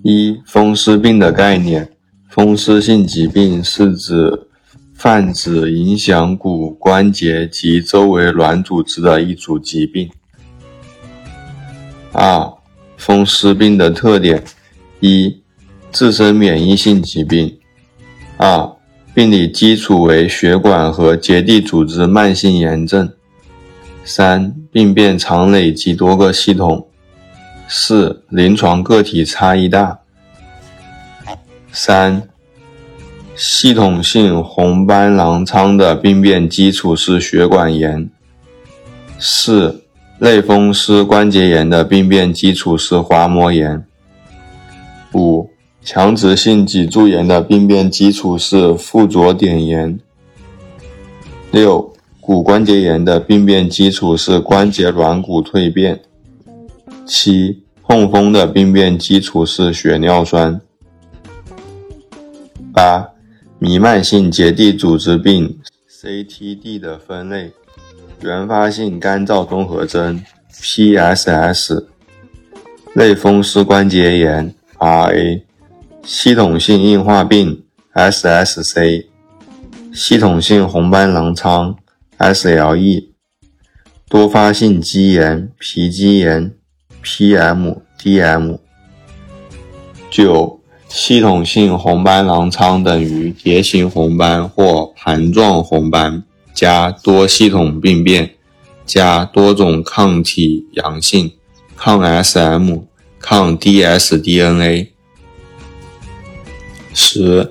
一、风湿病的概念。风湿性疾病是指泛指影响骨、关节及周围软组织的一组疾病。二、风湿病的特点。一、自身免疫性疾病。二、病理基础为血管和结缔组织慢性炎症。三、病变常累及多个系统。四、临床个体差异大。三、系统性红斑狼疮的病变基础是血管炎。四、类风湿关节炎的病变基础是滑膜炎。五、强直性脊柱炎的病变基础是附着点炎。六、骨关节炎的病变基础是关节软骨蜕变。七、痛风的病变基础是血尿酸。八、弥漫性结缔组织病 CTD 的分类。原发性干燥综合征 PSS。类风湿关节炎 RA。系统性硬化病 SSC。系统性红斑狼疮 SLE。多发性肌炎、皮肌炎 PM、DM。9. 系统性红斑狼疮等于结型红斑或盘状红斑加多系统病变加多种抗体阳性，抗 SM、抗 dsDNA。10.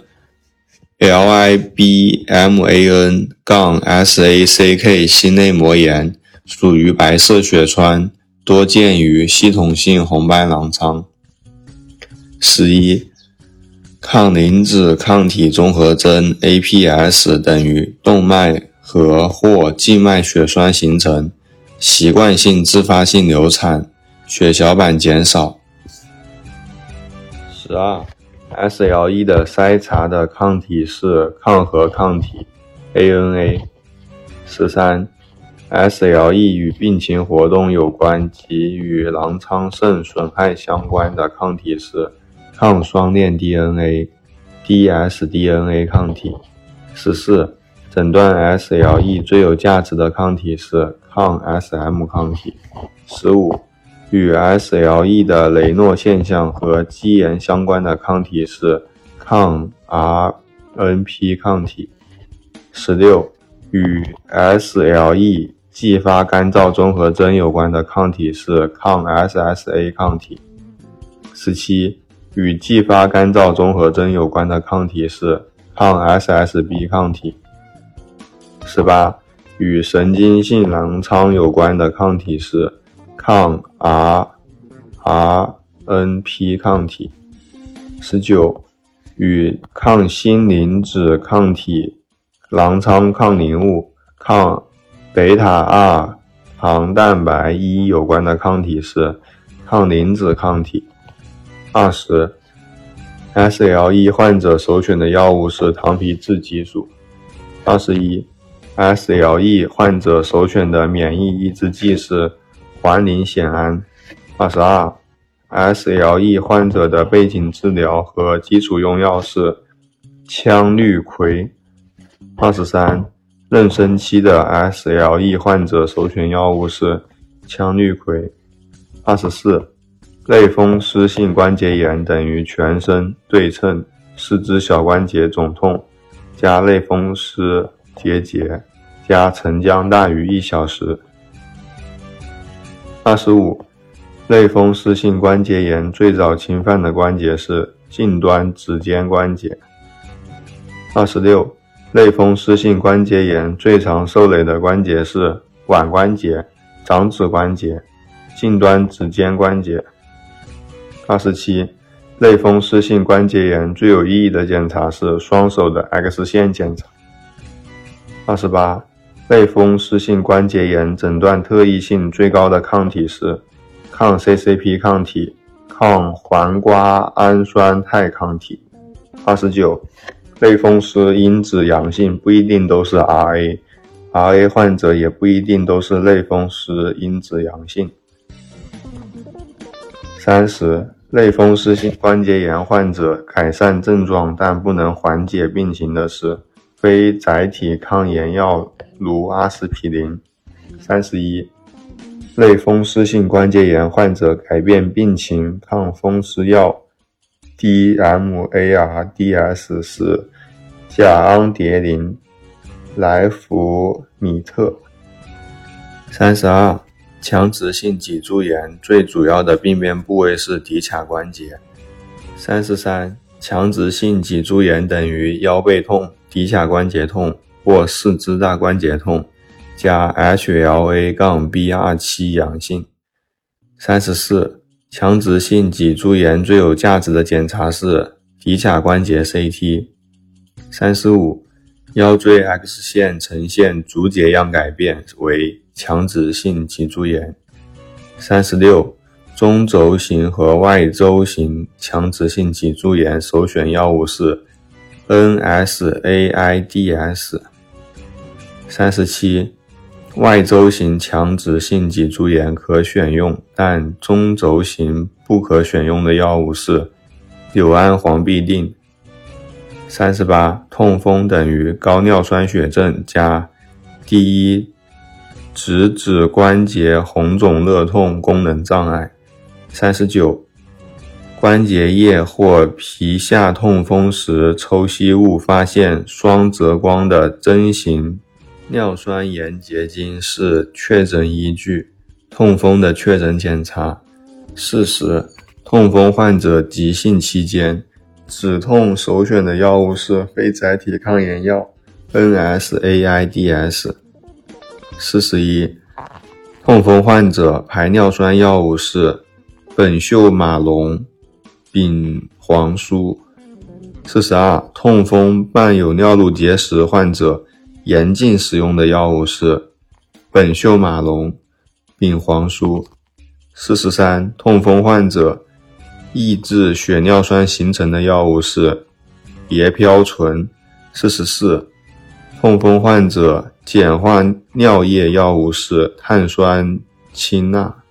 LIBMAN-SACK 心内膜炎属于白色血栓，多见于系统性红斑狼疮。11. 抗磷脂抗体综合征 APS 等于动脉和或静脉血栓形成，习惯性自发性流产，血小板减少。12. SLE 的筛查的抗体是抗核抗体 ANA。13. SLE 与病情活动有关及与狼疮肾损害相关的抗体是抗双链 DNA dsDNA 抗体。14. 诊断 SLE 最有价值的抗体是抗 SM 抗体。15. 与 SLE 的雷诺现象和肌炎相关的抗体是抗 RNP 抗体。16. 与 SLE 继发干燥综合征有关的抗体是抗 SSA 抗体。17. 与继发干燥综合征有关的抗体是抗 SSB 抗体。18. 与神经性狼疮有关的抗体是抗 RNP 抗体。19. 与抗心磷脂抗体、狼疮抗凝物、抗贝塔2糖蛋白1有关的抗体是抗磷脂抗体。20. SLE 患者首选的药物是糖皮质激素。21. SLE 患者首选的免疫抑制剂是环磷酰胺。22. SLE 患者的背景治疗和基础用药是羟氯喹。23. 妊娠期的 SLE 患者首选药物是羟氯喹。24. 类风湿性关节炎等于全身对称四肢小关节肿痛加类风湿结节加晨僵大于1小时。25. 类风湿性关节炎最早侵犯的关节是近端指尖关节。26. 类风湿性关节炎最常受累的关节是腕关节、掌指关节、近端指尖关节。27. 类风湿性关节炎最有意义的检查是双手的 X 线检查。28. 类风湿性关节炎诊断特异性最高的抗体是抗 CCP 抗体、抗环瓜氨酸肽抗体。29. 类风湿因子阳性不一定都是 RA 患者也不一定都是类风湿因子阳性。30. 类风湿性关节炎患者改善症状但不能缓解病情的是非甾体抗炎药如阿司匹林。31. 类风湿性关节炎患者改变病情抗风湿药 DMARDs 是甲氨蝶呤、莱福米特。32. 强直性脊柱炎最主要的病变部位是骶髂关节。33. 强直性脊柱炎等于腰背痛、骶髂关节痛或四肢大关节痛加 HLA-BR7 阳性。34. 强直性脊柱炎最有价值的检查是骶髂关节 CT。35. 腰椎 X 线呈现竹节样改变为强直性脊柱炎。36. 中轴型和外周型强直性脊柱炎首选药物是 NSAIDs。37. 外周型强直性脊柱炎可选用，但中轴型不可选用的药物是柳氨磺必定。38. 痛风等于高尿酸血症加第一直指关节红肿热痛功能障碍。39. 关节液或皮下痛风时抽吸物发现双折光的针形尿酸盐结晶是确诊依据。痛风的确诊检查。40. 痛风患者急性期间止痛首选的药物是非甾体抗炎药 NSAIDs。41. 痛风患者排尿酸药物是苯溴马龙、丙磺舒。42. 痛风伴有尿路结石患者严禁使用的药物是苯溴马龙、丙磺舒。43. 痛风患者抑制血尿酸形成的药物是别飘醇。44. 痛风患者简化尿液药物是碳酸氢钠。